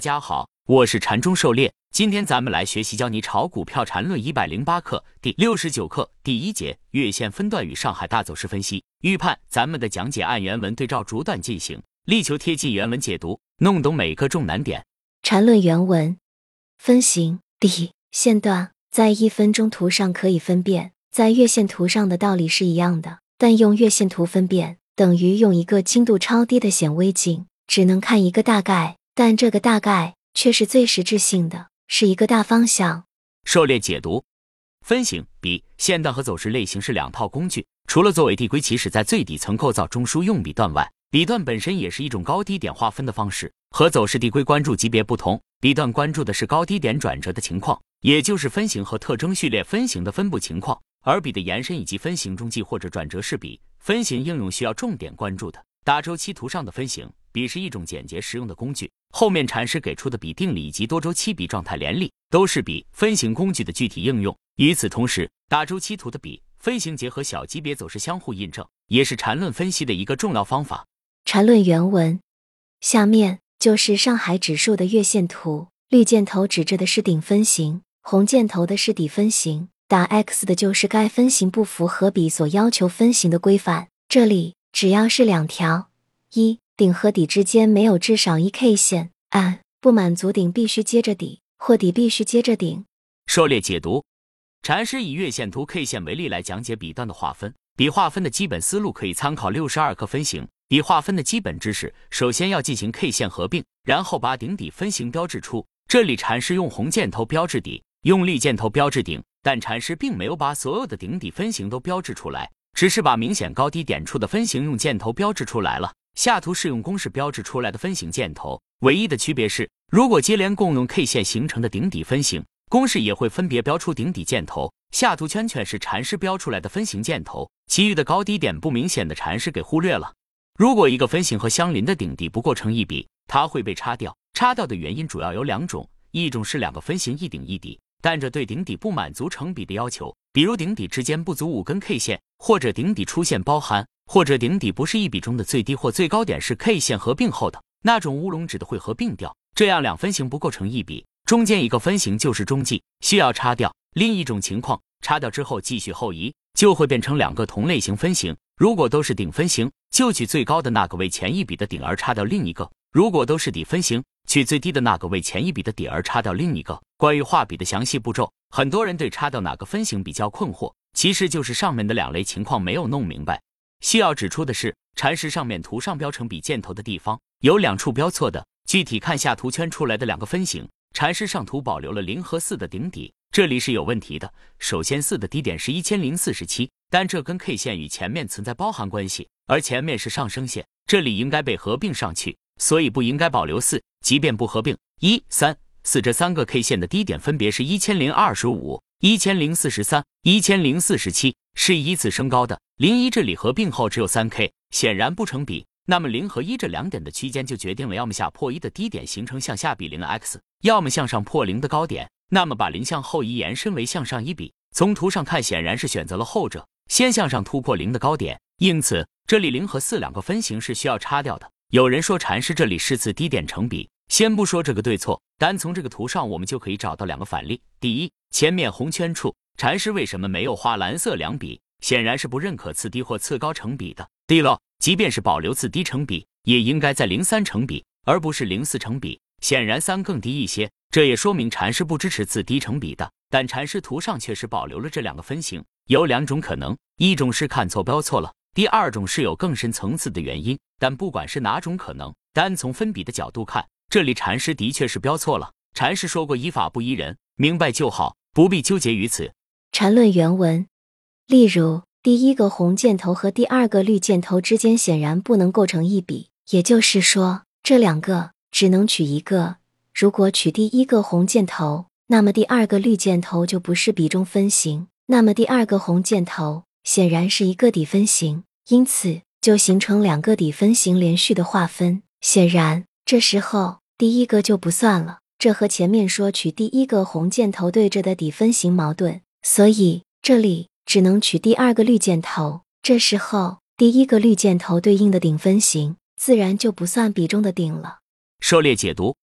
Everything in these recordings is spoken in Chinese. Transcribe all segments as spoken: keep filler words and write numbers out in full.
大家好，我是禅中狩猎。今天咱们来学习教你炒股票禅论一百零八课第六十九课第一节月线分段与上海大走势分析预判。咱们的讲解按原文对照逐段进行，力求贴近原文解读，弄懂每个重难点。 禅论原文分型第一，线段在一分钟图上可以分辨，在月线图上的道理是一样的，但用月线图分辨等于用一个精度超低的显微镜，只能看一个大概，但这个大概却是最实质性的，是一个大方向。 狩猎解读，分型比线段和走势类型是两套工具，除了作为递归起始在最底层构造中枢用笔段外，笔段本身也是一种高低点划分的方式。和走势递归关注级别不同，笔段关注的是高低点转折的情况，也就是分型和特征序列分型的分布情况，而笔的延伸以及分型中继或者转折是笔分型应用需要重点关注的。大周期图上的分型笔是一种简洁实用的工具，后面禅师给出的笔定理以及多周期笔状态联立都是笔分型工具的具体应用。与此同时，大周期图的笔分型结合小级别走势相互印证，也是禅论分析的一个重要方法。 禅论原文，下面就是上海指数的月线图，绿箭头指着的是顶分型，红箭头的是底分型，打 X 的就是该分型不符合笔所要求分型的规范。这里只要是两条，一，顶和底之间没有至少一 K 线，按不满足顶必须接着底，或底必须接着顶。 狩猎解读，禅师以月线图 K 线为例来讲解笔段的划分。笔划分的基本思路可以参考六十二课分型。笔划分的基本知识，首先要进行 K 线合并，然后把顶底分型标志出。这里禅师用红箭头标志底，用绿箭头标志顶，但禅师并没有把所有的顶底分型都标志出来，只是把明显高低点处的分型用箭头标志出来了。下图是用公式标志出来的分型箭头，唯一的区别是，如果接连共用 K 线形成的顶底分型，公式也会分别标出顶底箭头。下图圈圈是禅师标出来的分型箭头，其余的高低点不明显的禅师给忽略了。如果一个分型和相邻的顶底不构成一笔，它会被擦掉。擦掉的原因主要有两种，一种是两个分型一顶一底，但这对顶底不满足成比的要求，比如顶底之间不足五根 K 线，或者顶底出现包含，或者顶底不是一笔中的最低或最高点是 K 线合并后的，那种乌龙指的会合并掉，这样两分型不构成一笔，中间一个分型就是中继，需要擦掉。另一种情况，擦掉之后继续后移，就会变成两个同类型分型。如果都是顶分型，就取最高的那个为前一笔的顶而擦掉另一个；如果都是底分型，取最低的那个为前一笔的底而擦掉另一个。关于画笔的详细步骤，很多人对擦掉哪个分型比较困惑，其实就是上面的两类情况没有弄明白。需要指出的是，禅师上面图上标成笔箭头的地方有两处标错的，具体看下图圈出来的两个分型，禅师上图保留了零和四的顶底，这里是有问题的。首先四的低点是一千零四十七，但这跟 K 线与前面存在包含关系，而前面是上升线，这里应该被合并上去，所以不应该保留四。即便不合并，一、三、四这三个 K 线的低点分别是一千零二十五、一千零四十三、一千零四十七，是依次升高的。零一这里合并后只有 三 K， 显然不成比。那么零和一这两点的区间就决定了，要么下破一的低点形成向下比零的 X， 要么向上破零的高点。那么把零向后移延伸为向上一笔，从图上看显然是选择了后者，先向上突破零的高点，因此这里零和四两个分型是需要擦掉的。有人说禅师这里是次低点成比，先不说这个对错，单从这个图上我们就可以找到两个反例。第一，前面红圈处禅师为什么没有画蓝色两笔？显然是不认可次低或次高成比的。第二，即便是保留次低成比，也应该在零三成比，而不是零四成比，显然三更低一些，这也说明禅师不支持次低成比的。但禅师图上确实保留了这两个分型，有两种可能，一种是看错标错了，第二种是有更深层次的原因。但不管是哪种可能，单从分笔的角度看，这里禅师的确是标错了。禅师说过依法不依人，明白就好，不必纠结于此。 禅论原文，例如第一个红箭头和第二个绿箭头之间显然不能构成一笔，也就是说这两个只能取一个。如果取第一个红箭头，那么第二个绿箭头就不是笔中分型，那么第二个红箭头显然是一个底分型，因此就形成两个底分型连续的划分。显然这时候第一个就不算了，这和前面说取第一个红箭头对着的底分型矛盾，所以这里只能取第二个绿箭头，这时候第一个绿箭头对应的顶分型自然就不算笔中的顶了。 狩猎解读，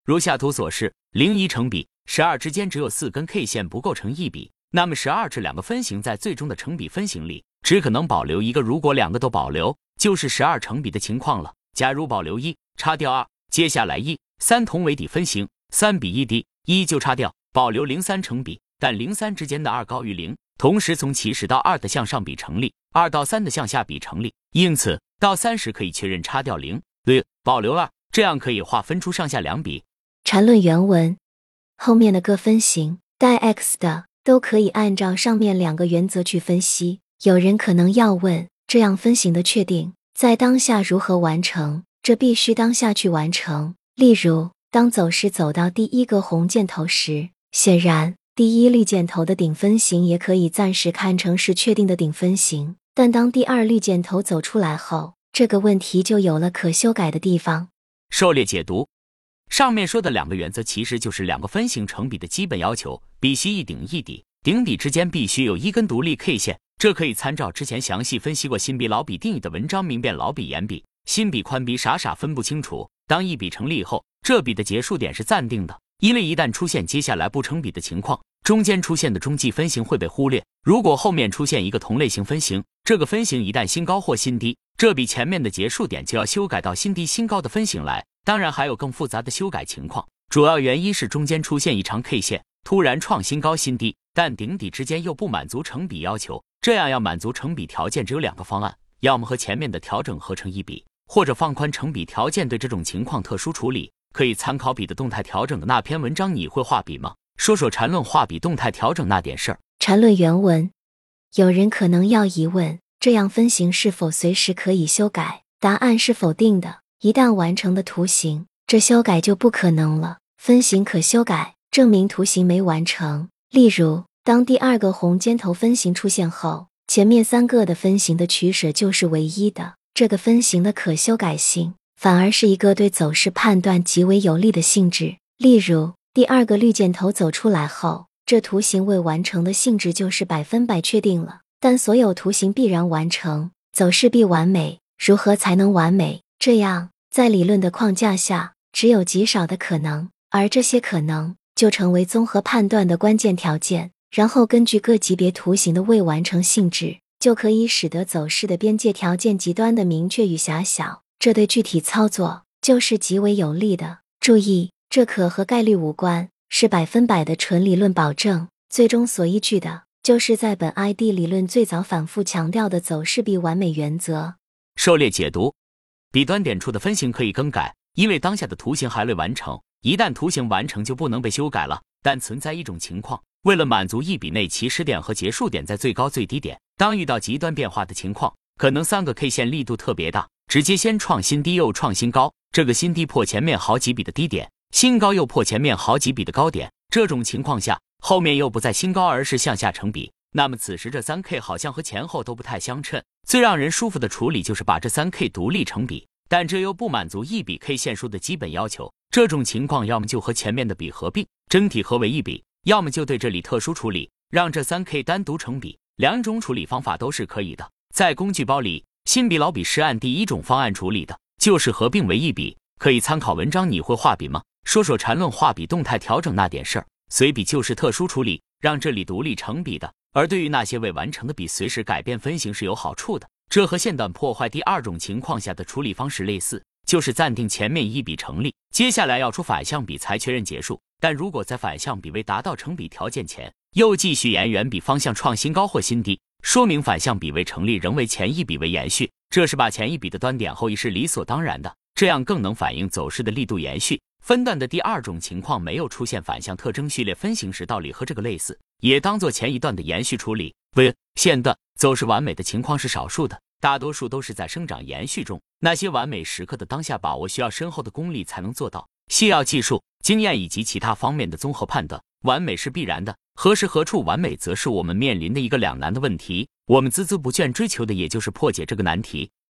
如下图所示，零一成比，十二之间只有四根 K 线不构成一比，那么十二这两个分型在最终的成比分型里只可能保留一个，如果两个都保留，就是十二成比的情况了。假如保留一，擦掉二，接下来一、三同为底分型，三比一低，一就擦掉，保留零三成比，但零三之间的二高于零，同时从起始到二的向上比成立，二到三的向下比成立，因此到三十可以确认擦掉零，对，保留二，这样可以划分出上下两比。 缠论原文后面的各分型带 X 的都可以按照上面两个原则去分析。有人可能要问，这样分型的确定在当下如何完成？这必须当下去完成。例如，当走势走到第一个红箭头时，显然第一绿箭头的顶分型也可以暂时看成是确定的顶分型，但当第二绿箭头走出来后，这个问题就有了可修改的地方。 狩猎解读，上面说的两个原则其实就是两个分型成比的基本要求，必须一顶一底，顶底之间必须有一根独立 K 线。这可以参照之前详细分析过新比老比定义的文章，明辨老比严比、新比宽比傻傻分不清楚。当一比成立后，这比的结束点是暂定的，因为一旦出现接下来不成比的情况，中间出现的中继分型会被忽略。如果后面出现一个同类型分型，这个分型一旦新高或新低，这比前面的结束点就要修改到新低新高的分型来。当然还有更复杂的修改情况，主要原因是中间出现一长 K 线，突然创新高新低，但顶底之间又不满足成比要求。这样要满足成比条件只有两个方案，要么和前面的调整合成一比，或者放宽成比条件。对这种情况特殊处理，可以参考比的动态调整的那篇文章。你会画笔吗？说说缠论画笔动态调整那点事儿。 缠论原文，有人可能要疑问，这样分型是否随时可以修改？答案是否定的。一旦完成的图形，这修改就不可能了。分型可修改，证明图形没完成。例如，当第二个红箭头分型出现后，前面三个的分型的取舍就是唯一的，这个分型的可修改性反而是一个对走势判断极为有利的性质。例如，第二个绿箭头走出来后，这图形未完成的性质就是百分百确定了，但所有图形必然完成，走势必完美。如何才能完美？这样，在理论的框架下，只有极少的可能，而这些可能就成为综合判断的关键条件。然后根据各级别图形的未完成性质，就可以使得走势的边界条件极端的明确与狭小，这对具体操作就是极为有利的。注意，这可和概率无关，是百分百的纯理论保证，最终所依据的就是在本 I D 理论最早反复强调的走势必完美原则。 狩猎解读，笔端点处的分型可以更改，因为当下的图形还未完成，一旦图形完成就不能被修改了。但存在一种情况，为了满足一笔内起始点和结束点在最高最低点，当遇到极端变化的情况，可能三个 K 线力度特别大，直接先创新低又创新高，这个新低破前面好几笔的低点，新高又破前面好几笔的高点，这种情况下后面又不再新高而是向下成比，那么此时这 三 K 好像和前后都不太相称。最让人舒服的处理就是把这 三 K 独立成比，但这又不满足一笔 K 线数的基本要求，这种情况要么就和前面的比合并，整体合为一笔，要么就对这里特殊处理，让这 三 K 单独成比。两种处理方法都是可以的。在工具包里，新比老比是按第一种方案处理的，就是合并为一笔，可以参考文章。你会画笔吗？说说缠论画笔动态调整那点事儿。随笔就是特殊处理，让这里独立成笔的，而对于那些未完成的笔，随时改变分型是有好处的。这和线段破坏第二种情况下的处理方式类似，就是暂定前面一笔成立，接下来要出反向比才确认结束。但如果在反向比未达到成比条件前，又继续沿原比方向创新高或新低，说明反向比未成立，仍为前一笔为延续，这是把前一笔的端点后移是理所当然的，这样更能反映走势的力度延续。分段的第二种情况没有出现反向特征序列分型时，道理和这个类似，也当做前一段的延续处理。为线段走势完美的情况是少数的，大多数都是在生长延续中，那些完美时刻的当下把握需要深厚的功力才能做到，需要技术、经验以及其他方面的综合判断。完美是必然的，何时何处完美则是我们面临的一个两难的问题，我们孜孜不倦追求的也就是破解这个难题。